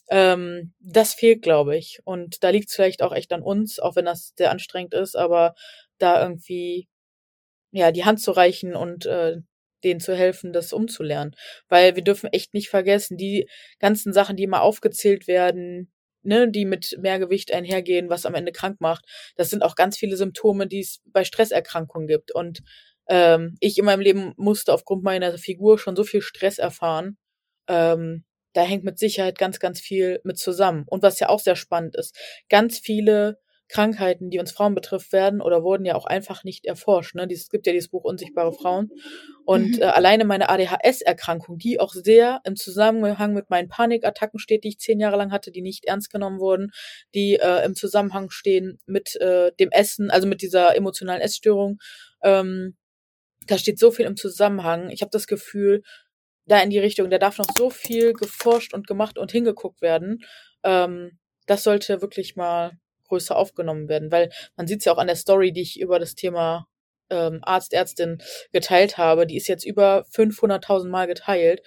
[SPEAKER 2] Das fehlt, glaube ich. Und da liegt es vielleicht auch echt an uns, auch wenn das sehr anstrengend ist, aber da irgendwie ja, die Hand zu reichen und denen zu helfen, das umzulernen. Weil wir dürfen echt nicht vergessen, die ganzen Sachen, die immer aufgezählt werden, ne, die mit Mehrgewicht einhergehen, was am Ende krank macht, das sind auch ganz viele Symptome, die es bei Stresserkrankungen gibt. Und ich in meinem Leben musste aufgrund meiner Figur schon so viel Stress erfahren. da hängt mit Sicherheit ganz, ganz viel mit zusammen. Und was ja auch sehr spannend ist, ganz viele Krankheiten, die uns Frauen betrifft, werden oder wurden ja auch einfach nicht erforscht. Ne? Es gibt ja dieses Buch Unsichtbare Frauen. Und alleine meine ADHS-Erkrankung, die auch sehr im Zusammenhang mit meinen Panikattacken steht, die ich 10 Jahre lang hatte, die nicht ernst genommen wurden, die im Zusammenhang stehen mit dem Essen, also mit dieser emotionalen Essstörung. Da steht so viel im Zusammenhang. Ich habe das Gefühl, da in die Richtung, da darf noch so viel geforscht und gemacht und hingeguckt werden. Das sollte wirklich mal größer aufgenommen werden, weil man sieht es ja auch an der Story, die ich über das Thema Arzt, Ärztin geteilt habe. Die ist jetzt über 500.000 Mal geteilt.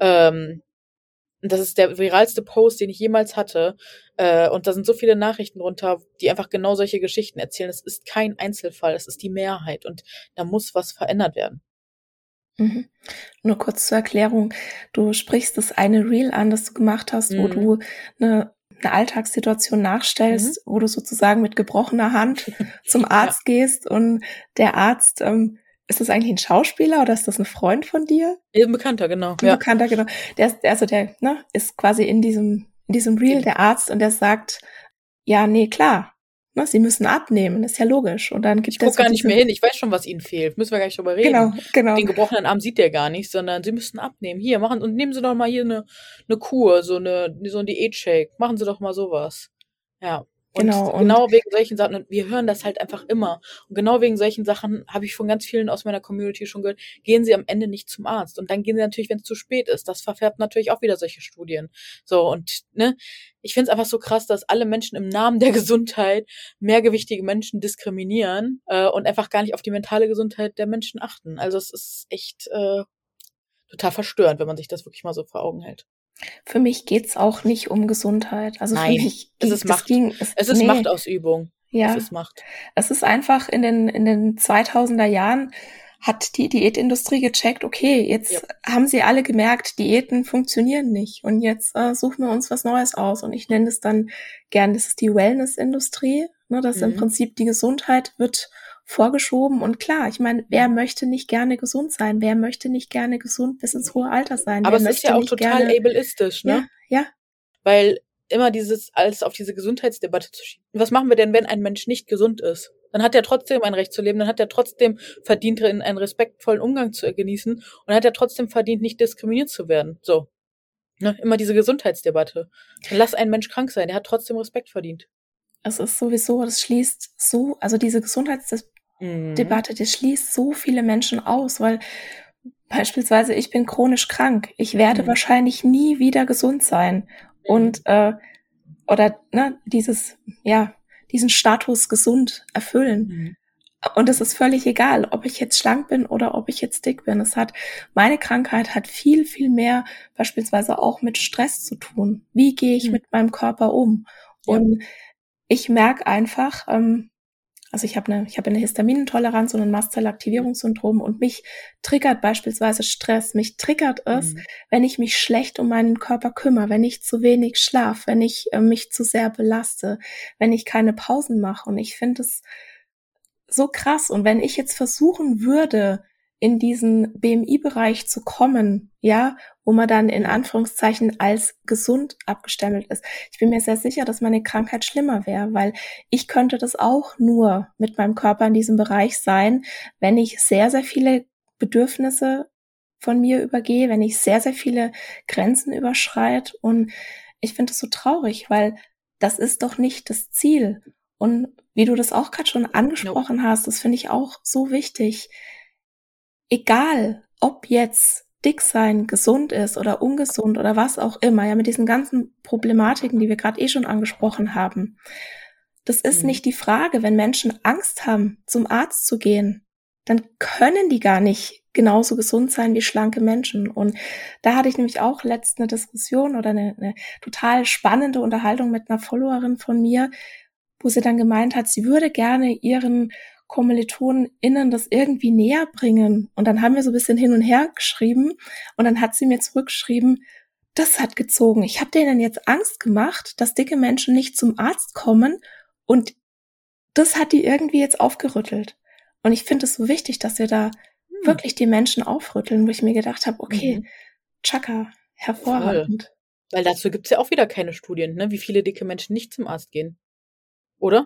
[SPEAKER 2] Und das ist der viralste Post, den ich jemals hatte. Und da sind so viele Nachrichten drunter, die einfach genau solche Geschichten erzählen. Es ist kein Einzelfall, es ist die Mehrheit. Und da muss was verändert werden.
[SPEAKER 1] Mhm. Nur kurz zur Erklärung. Du sprichst das eine Reel an, das du gemacht hast, wo du eine Alltagssituation nachstellst, wo du sozusagen mit gebrochener Hand zum Arzt gehst und der Arzt, ist das eigentlich ein Schauspieler oder ist das ein Freund von dir?
[SPEAKER 2] Ein Bekannter, genau.
[SPEAKER 1] Ein Bekannter, genau. Der ist quasi in diesem Reel der Arzt und der sagt, ja, nee, klar. Ne, sie müssen abnehmen, ist ja logisch. Und dann gibt
[SPEAKER 2] ich gucke gar nicht mehr hin, ich weiß schon, was ihnen fehlt. Müssen wir gar nicht drüber reden.
[SPEAKER 1] Genau.
[SPEAKER 2] Den gebrochenen Arm sieht der gar nicht, sondern sie müssen abnehmen. Hier, machen und nehmen Sie doch mal hier eine Kur, so ein Diät-Shake. Machen Sie doch mal sowas. Ja. Und genau wegen solchen Sachen, und wir hören das halt einfach immer. Und genau wegen solchen Sachen habe ich von ganz vielen aus meiner Community schon gehört, gehen sie am Ende nicht zum Arzt. Und dann gehen sie natürlich, wenn es zu spät ist. Das verfärbt natürlich auch wieder solche Studien. So, und ich finde es einfach so krass, dass alle Menschen im Namen der Gesundheit mehrgewichtige Menschen diskriminieren und einfach gar nicht auf die mentale Gesundheit der Menschen achten. Also es ist echt total verstörend, wenn man sich das wirklich mal so vor Augen hält.
[SPEAKER 1] Für mich geht's auch nicht um Gesundheit. Also
[SPEAKER 2] nein,
[SPEAKER 1] für mich
[SPEAKER 2] es ist Macht. Es ist Machtausübung.
[SPEAKER 1] Ja,
[SPEAKER 2] es ist Macht.
[SPEAKER 1] Es ist einfach in den 2000er Jahren hat die Diätindustrie gecheckt, okay, jetzt haben sie alle gemerkt, Diäten funktionieren nicht und jetzt suchen wir uns was Neues aus und ich nenne es dann gern, das ist die Wellness-Industrie, ne, dass im Prinzip die Gesundheit wird vorgeschoben und klar, ich meine, wer möchte nicht gerne gesund sein? Wer möchte nicht gerne gesund bis ins hohe Alter sein?
[SPEAKER 2] Aber es ist ja auch total ableistisch, ne?
[SPEAKER 1] Ja.
[SPEAKER 2] Weil immer alles auf diese Gesundheitsdebatte zu schieben. Was machen wir denn, wenn ein Mensch nicht gesund ist? Dann hat er trotzdem ein Recht zu leben, dann hat er trotzdem verdient, einen respektvollen Umgang zu genießen und dann hat er trotzdem verdient, nicht diskriminiert zu werden. So. Ne? Immer diese Gesundheitsdebatte. Dann lass einen Mensch krank sein, der hat trotzdem Respekt verdient.
[SPEAKER 1] Es ist sowieso, das schließt so, also diese Gesundheitsdebatte, die schließt so viele Menschen aus, weil beispielsweise ich bin chronisch krank. Ich werde wahrscheinlich nie wieder gesund sein. Und diesen Status gesund erfüllen. Und es ist völlig egal, ob ich jetzt schlank bin oder ob ich jetzt dick bin. Meine Krankheit hat viel, viel mehr beispielsweise auch mit Stress zu tun. Wie gehe ich mit meinem Körper um? Ja. Und ich merke einfach, also ich habe eine Histaminintoleranz und ein Mastzellaktivierungssyndrom und mich triggert beispielsweise Stress. Mich triggert es, wenn ich mich schlecht um meinen Körper kümmere, wenn ich zu wenig schlafe, wenn ich mich zu sehr belaste, wenn ich keine Pausen mache. Und ich finde es so krass. Und wenn ich jetzt versuchen würde, in diesen BMI-Bereich zu kommen, ja, wo man dann in Anführungszeichen als gesund abgestempelt ist. Ich bin mir sehr sicher, dass meine Krankheit schlimmer wäre, weil ich könnte das auch nur mit meinem Körper in diesem Bereich sein, wenn ich sehr, sehr viele Bedürfnisse von mir übergehe, wenn ich sehr, sehr viele Grenzen überschreite. Und ich finde es so traurig, weil das ist doch nicht das Ziel. Und wie du das auch gerade schon angesprochen hast, das finde ich auch so wichtig. Egal, ob jetzt dick sein gesund ist oder ungesund oder was auch immer, ja, mit diesen ganzen Problematiken, die wir gerade schon angesprochen haben. Das ist nicht die Frage. Wenn Menschen Angst haben, zum Arzt zu gehen, dann können die gar nicht genauso gesund sein wie schlanke Menschen. Und da hatte ich nämlich auch letztens eine Diskussion oder eine total spannende Unterhaltung mit einer Followerin von mir, wo sie dann gemeint hat, sie würde gerne ihren KommilitonInnen das irgendwie näher bringen. Und dann haben wir so ein bisschen hin und her geschrieben und dann hat sie mir zurückgeschrieben, das hat gezogen. Ich habe denen jetzt Angst gemacht, dass dicke Menschen nicht zum Arzt kommen und das hat die irgendwie jetzt aufgerüttelt. Und ich finde es so wichtig, dass wir da wirklich die Menschen aufrütteln, wo ich mir gedacht habe, okay, Chaka, hervorragend.
[SPEAKER 2] Weil dazu gibt's ja auch wieder keine Studien, ne? Wie viele dicke Menschen nicht zum Arzt gehen. Oder?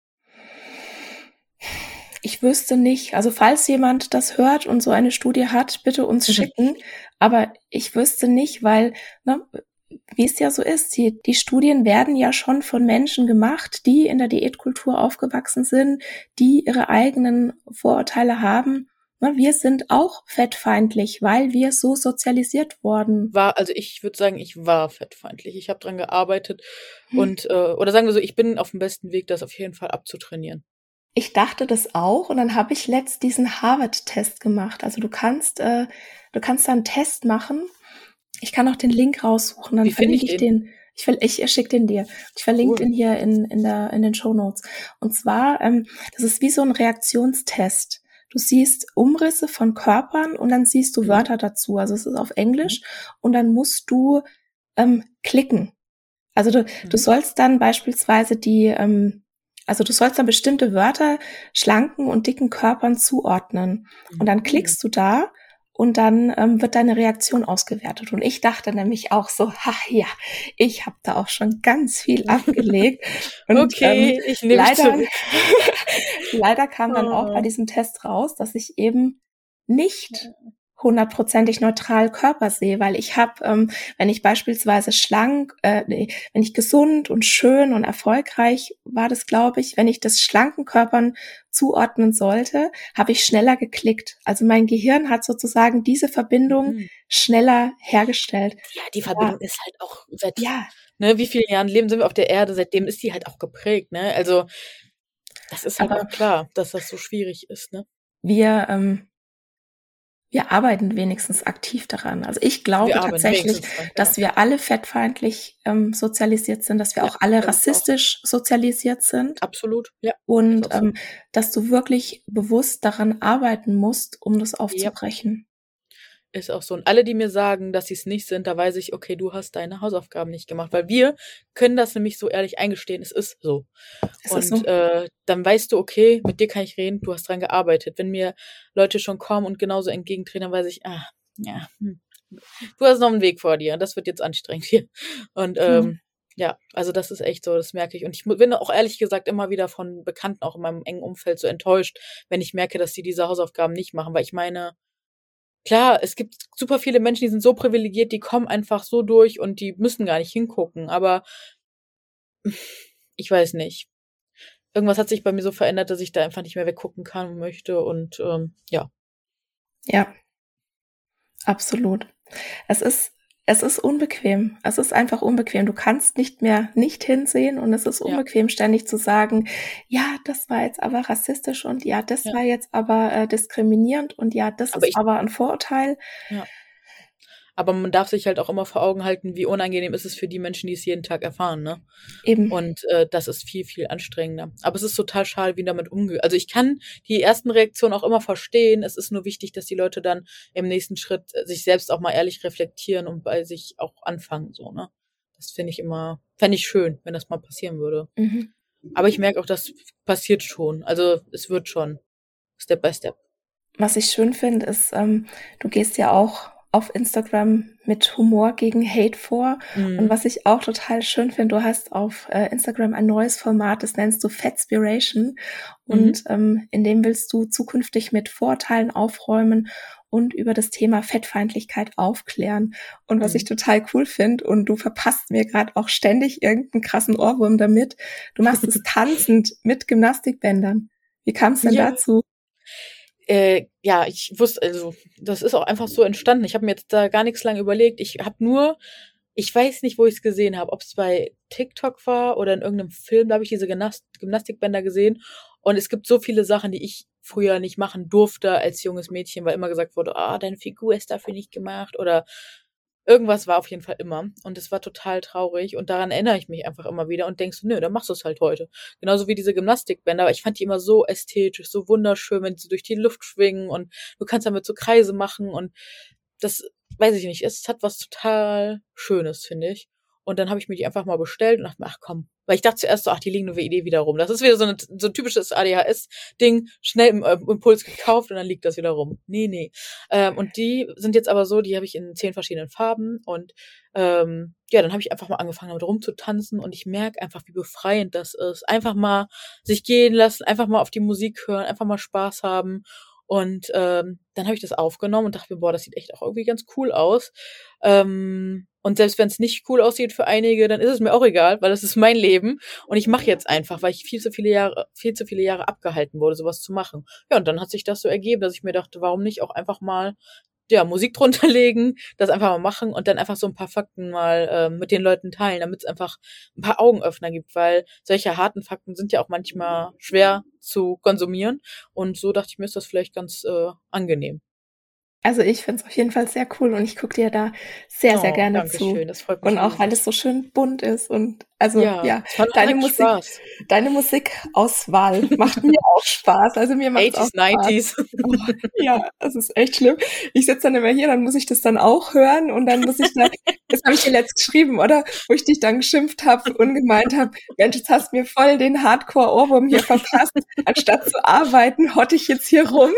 [SPEAKER 1] Ich wüsste nicht. Also falls jemand das hört und so eine Studie hat, bitte uns schicken. Aber ich wüsste nicht, weil, ne, wie es ja so ist, die Studien werden ja schon von Menschen gemacht, die in der Diätkultur aufgewachsen sind, die ihre eigenen Vorurteile haben. Ne, wir sind auch fettfeindlich, weil wir so sozialisiert wurden.
[SPEAKER 2] Also ich würde sagen, ich war fettfeindlich. Ich habe dran gearbeitet und, oder sagen wir so, ich bin auf dem besten Weg, das auf jeden Fall abzutrainieren.
[SPEAKER 1] Ich dachte das auch und dann habe ich letzt diesen Harvard-Test gemacht. Also du kannst da einen Test machen. Ich kann auch den Link raussuchen, dann
[SPEAKER 2] Wie finde
[SPEAKER 1] verlinke
[SPEAKER 2] ich
[SPEAKER 1] ich
[SPEAKER 2] den?
[SPEAKER 1] den. Ich schicke den dir. Ich verlinke
[SPEAKER 2] Cool.
[SPEAKER 1] den hier in den Shownotes. Und zwar, das ist wie so ein Reaktionstest. Du siehst Umrisse von Körpern und dann siehst du Wörter dazu. Also es ist auf Englisch und dann musst du klicken. Also du sollst dann beispielsweise du sollst dann bestimmte Wörter schlanken und dicken Körpern zuordnen. Und dann klickst du da und dann wird deine Reaktion ausgewertet. Und ich dachte nämlich auch so, ja, ich habe da auch schon ganz viel abgelegt. Und,
[SPEAKER 2] okay, ich nehme es zurück.
[SPEAKER 1] Leider kam dann auch bei diesem Test raus, dass ich eben nicht 100%ig neutral Körper sehe, weil ich habe, wenn ich beispielsweise wenn ich gesund und schön und erfolgreich war das, glaube ich, wenn ich das schlanken Körpern zuordnen sollte, habe ich schneller geklickt. Also mein Gehirn hat sozusagen diese Verbindung schneller hergestellt.
[SPEAKER 2] Ja, die Verbindung ist halt auch seit wie vielen Jahren leben sind wir auf der Erde, seitdem ist die halt auch geprägt, ne? Also das ist halt auch klar, dass das so schwierig ist, ne?
[SPEAKER 1] Wir arbeiten wenigstens aktiv daran. Also ich glaube tatsächlich, dass wir alle fettfeindlich sozialisiert sind, dass wir auch alle rassistisch sozialisiert sind.
[SPEAKER 2] Absolut, ja.
[SPEAKER 1] Und dass du wirklich bewusst daran arbeiten musst, um das aufzubrechen.
[SPEAKER 2] Ist auch so. Und alle, die mir sagen, dass sie es nicht sind, da weiß ich, okay, du hast deine Hausaufgaben nicht gemacht. Weil wir können das nämlich so ehrlich eingestehen, es ist so. Dann weißt du, okay, mit dir kann ich reden, du hast dran gearbeitet. Wenn mir Leute schon kommen und genauso entgegentreten, dann weiß ich, du hast noch einen Weg vor dir. Das wird jetzt anstrengend hier. Und also das ist echt so, das merke ich. Und ich bin auch ehrlich gesagt immer wieder von Bekannten, auch in meinem engen Umfeld, so enttäuscht, wenn ich merke, dass die diese Hausaufgaben nicht machen. Weil ich meine, klar, es gibt super viele Menschen, die sind so privilegiert, die kommen einfach so durch und die müssen gar nicht hingucken. Aber ich weiß nicht. Irgendwas hat sich bei mir so verändert, dass ich da einfach nicht mehr weggucken kann und möchte. Und ja.
[SPEAKER 1] Ja, absolut. Es ist unbequem. Es ist einfach unbequem. Du kannst nicht mehr nicht hinsehen und es ist unbequem, ständig zu sagen, ja, das war jetzt aber rassistisch und ja, das war jetzt aber diskriminierend und ja, das ist aber ein Vorurteil.
[SPEAKER 2] Ja. Aber man darf sich halt auch immer vor Augen halten, wie unangenehm ist es für die Menschen, die es jeden Tag erfahren, ne?
[SPEAKER 1] Eben.
[SPEAKER 2] Und das ist viel, viel anstrengender. Aber es ist total schade, wie damit umgeht. Also ich kann die ersten Reaktionen auch immer verstehen. Es ist nur wichtig, dass die Leute dann im nächsten Schritt sich selbst auch mal ehrlich reflektieren und bei sich auch anfangen, so, ne? Das fände ich schön, wenn das mal passieren würde. Aber ich merke auch, das passiert schon. Also es wird schon Step by Step.
[SPEAKER 1] Was ich schön finde, ist, du gehst ja auch auf Instagram mit Humor gegen Hate vor. Und was ich auch total schön finde, du hast auf Instagram ein neues Format, das nennst du Fatspiration. Und in dem willst du zukünftig mit Vorurteilen aufräumen und über das Thema Fettfeindlichkeit aufklären. Und was ich total cool finde, und du verpasst mir gerade auch ständig irgendeinen krassen Ohrwurm damit, du machst es tanzend mit Gymnastikbändern. Wie kam es denn dazu?
[SPEAKER 2] Ich wusste, also das ist auch einfach so entstanden. Ich habe mir jetzt da gar nichts lange überlegt. Ich weiß nicht, wo ich es gesehen habe, ob es bei TikTok war oder in irgendeinem Film, da habe ich diese Gymnastikbänder gesehen. Und es gibt so viele Sachen, die ich früher nicht machen durfte als junges Mädchen, weil immer gesagt wurde, deine Figur ist dafür nicht gemacht oder irgendwas war auf jeden Fall immer. Und es war total traurig. Und daran erinnere ich mich einfach immer wieder und denkst du, nö, dann machst du es halt heute. Genauso wie diese Gymnastikbänder. Aber ich fand die immer so ästhetisch, so wunderschön, wenn sie durch die Luft schwingen und du kannst damit so Kreise machen. Und das, weiß ich nicht, es hat was total Schönes, finde ich. Und dann habe ich mir die einfach mal bestellt und dachte mir, ach komm, Weil ich dachte zuerst so, ach, die liegen nur Idee wieder rum. Das ist wieder so ein typisches ADHS-Ding, schnell im Impuls gekauft und dann liegt das wieder rum. Nee. Und die sind jetzt aber so, die habe ich in 10 verschiedenen Farben und dann habe ich einfach mal angefangen, damit rumzutanzen und ich merke einfach, wie befreiend das ist. Einfach mal sich gehen lassen, einfach mal auf die Musik hören, einfach mal Spaß haben. Und dann habe ich das aufgenommen und dachte mir, boah, das sieht echt auch irgendwie ganz cool aus. Und selbst wenn es nicht cool aussieht für einige, dann ist es mir auch egal, weil das ist mein Leben. Und ich mache jetzt einfach, weil ich viel zu viele Jahre abgehalten wurde, sowas zu machen. Ja, und dann hat sich das so ergeben, dass ich mir dachte, warum nicht auch einfach mal Musik drunter legen, das einfach mal machen und dann einfach so ein paar Fakten mal mit den Leuten teilen, damit es einfach ein paar Augenöffner gibt, weil solche harten Fakten sind ja auch manchmal schwer zu konsumieren und so dachte ich mir, ist das vielleicht ganz angenehm.
[SPEAKER 1] Also ich finde es auf jeden Fall sehr cool und ich gucke dir da sehr, sehr gerne
[SPEAKER 2] Dankeschön,
[SPEAKER 1] zu.
[SPEAKER 2] das freut mich
[SPEAKER 1] Und auch,
[SPEAKER 2] riesig.
[SPEAKER 1] weil es so schön bunt ist und also
[SPEAKER 2] es macht
[SPEAKER 1] deine
[SPEAKER 2] Spaß.
[SPEAKER 1] Deine Musikauswahl macht mir auch Spaß. Also mir macht es auch
[SPEAKER 2] 80s,
[SPEAKER 1] Spaß. 90s. Ja, das ist echt schlimm. Ich sitze dann immer hier, dann muss ich das dann auch hören und dann muss ich dann, das habe ich dir letzt geschrieben, oder? Wo ich dich dann geschimpft habe und gemeint habe, Mensch, jetzt hast du mir voll den Hardcore-Ohrwurm hier verpasst. Anstatt zu arbeiten, hotte ich jetzt hier rum.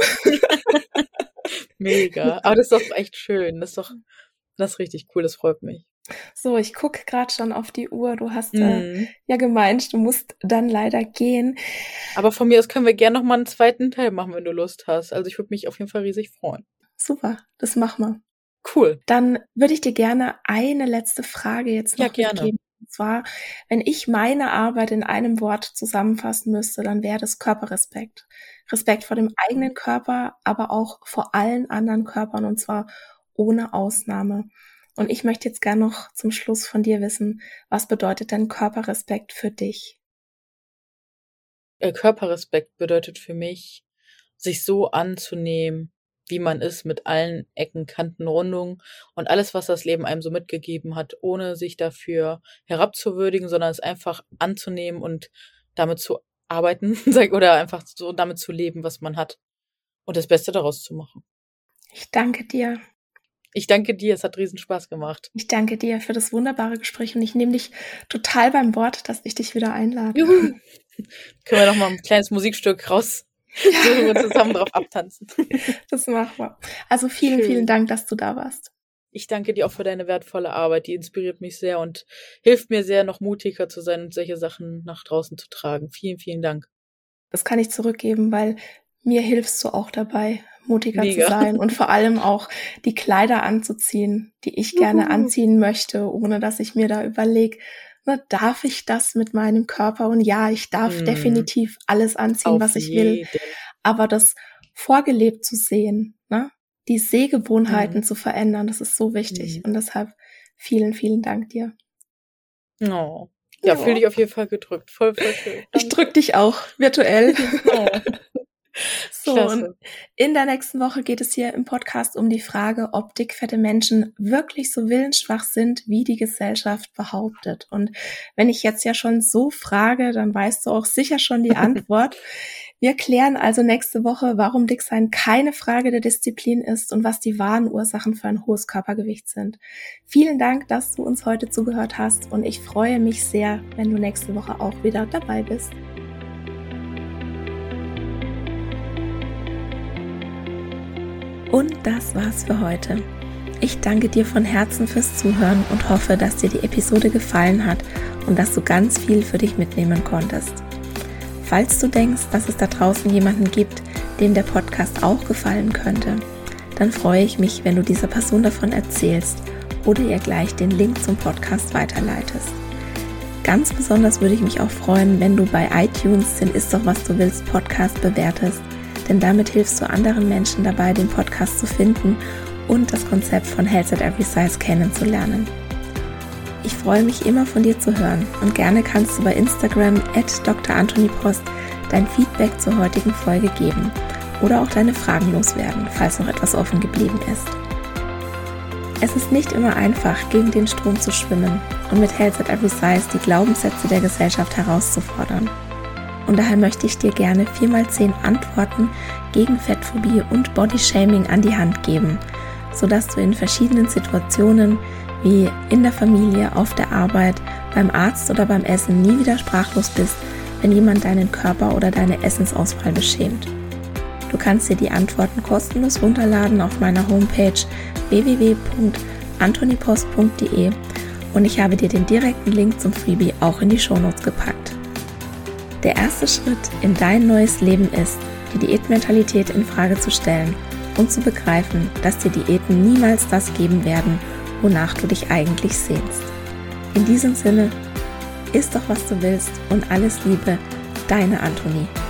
[SPEAKER 2] Mega. Aber das ist doch echt schön. Das ist richtig cool, das freut mich.
[SPEAKER 1] So, ich gucke gerade schon auf die Uhr. Du hast ja gemeint, du musst dann leider gehen.
[SPEAKER 2] Aber von mir aus können wir gerne noch mal einen zweiten Teil machen, wenn du Lust hast. Also ich würde mich auf jeden Fall riesig freuen.
[SPEAKER 1] Super, das machen wir.
[SPEAKER 2] Cool.
[SPEAKER 1] Dann würde ich dir gerne eine letzte Frage jetzt noch
[SPEAKER 2] gerne
[SPEAKER 1] mitgeben. Und zwar, wenn ich meine Arbeit in einem Wort zusammenfassen müsste, dann wäre das Körperrespekt. Respekt vor dem eigenen Körper, aber auch vor allen anderen Körpern und zwar ohne Ausnahme. Und ich möchte jetzt gerne noch zum Schluss von dir wissen, was bedeutet denn Körperrespekt für dich?
[SPEAKER 2] Körperrespekt bedeutet für mich, sich so anzunehmen, wie man ist, mit allen Ecken, Kanten, Rundungen und alles, was das Leben einem so mitgegeben hat, ohne sich dafür herabzuwürdigen, sondern es einfach anzunehmen und damit zu arbeiten oder einfach so damit zu leben, was man hat und das Beste daraus zu machen.
[SPEAKER 1] Ich danke dir.
[SPEAKER 2] Ich danke dir, es hat riesen Spaß gemacht.
[SPEAKER 1] Ich danke dir für das wunderbare Gespräch und ich nehme dich total beim Wort, dass ich dich wieder einlade.
[SPEAKER 2] Juhu. Können wir noch mal ein kleines Musikstück raus, so wir zusammen drauf abtanzen.
[SPEAKER 1] Das machen wir. Also vielen Dank, dass du da warst.
[SPEAKER 2] Ich danke dir auch für deine wertvolle Arbeit, die inspiriert mich sehr und hilft mir sehr, noch mutiger zu sein und solche Sachen nach draußen zu tragen. Vielen Dank.
[SPEAKER 1] Das kann ich zurückgeben, weil mir hilfst du auch dabei, mutiger zu sein und vor allem auch die Kleider anzuziehen, die ich gerne anziehen möchte, ohne dass ich mir da überlege, darf ich das mit meinem Körper? Und ja, ich darf definitiv alles anziehen, was ich will. Aber das vorgelebt zu sehen, die Sehgewohnheiten zu verändern, das ist so wichtig. Und deshalb vielen Dank dir.
[SPEAKER 2] Oh. Ja, fühle dich auf jeden Fall gedrückt. Voll schön. Danke.
[SPEAKER 1] Ich drück dich auch virtuell.
[SPEAKER 2] Oh.
[SPEAKER 1] So, und in der nächsten Woche geht es hier im Podcast um die Frage, ob dickfette Menschen wirklich so willensschwach sind, wie die Gesellschaft behauptet. Und wenn ich jetzt ja schon so frage, dann weißt du auch sicher schon die Antwort. Wir klären also nächste Woche, warum Dicksein keine Frage der Disziplin ist und was die wahren Ursachen für ein hohes Körpergewicht sind. Vielen Dank, dass du uns heute zugehört hast und ich freue mich sehr, wenn du nächste Woche auch wieder dabei bist. Und das war's für heute. Ich danke dir von Herzen fürs Zuhören und hoffe, dass dir die Episode gefallen hat und dass du ganz viel für dich mitnehmen konntest. Falls du denkst, dass es da draußen jemanden gibt, dem der Podcast auch gefallen könnte, dann freue ich mich, wenn du dieser Person davon erzählst oder ihr gleich den Link zum Podcast weiterleitest. Ganz besonders würde ich mich auch freuen, wenn du bei iTunes den Ist doch was du willst Podcast bewertest, denn damit hilfst du anderen Menschen dabei, den Podcast zu finden und das Konzept von Health at Every Size kennenzulernen. Ich freue mich immer von dir zu hören und gerne kannst du bei Instagram @drantonipost dein Feedback zur heutigen Folge geben oder auch deine Fragen loswerden, falls noch etwas offen geblieben ist. Es ist nicht immer einfach, gegen den Strom zu schwimmen und mit Health at Every Size die Glaubenssätze der Gesellschaft herauszufordern. Und daher möchte ich dir gerne 4x10 Antworten gegen Fettphobie und Bodyshaming an die Hand geben, sodass du in verschiedenen Situationen wie in der Familie, auf der Arbeit, beim Arzt oder beim Essen nie wieder sprachlos bist, wenn jemand deinen Körper oder deine Essensauswahl beschämt. Du kannst dir die Antworten kostenlos runterladen auf meiner Homepage www.antonipost.de und ich habe dir den direkten Link zum Freebie auch in die Shownotes gepackt. Der erste Schritt in dein neues Leben ist, die Diätmentalität in Frage zu stellen und zu begreifen, dass dir Diäten niemals das geben werden, wonach du dich eigentlich sehnst. In diesem Sinne, iss doch, was du willst und alles Liebe, deine Antonie.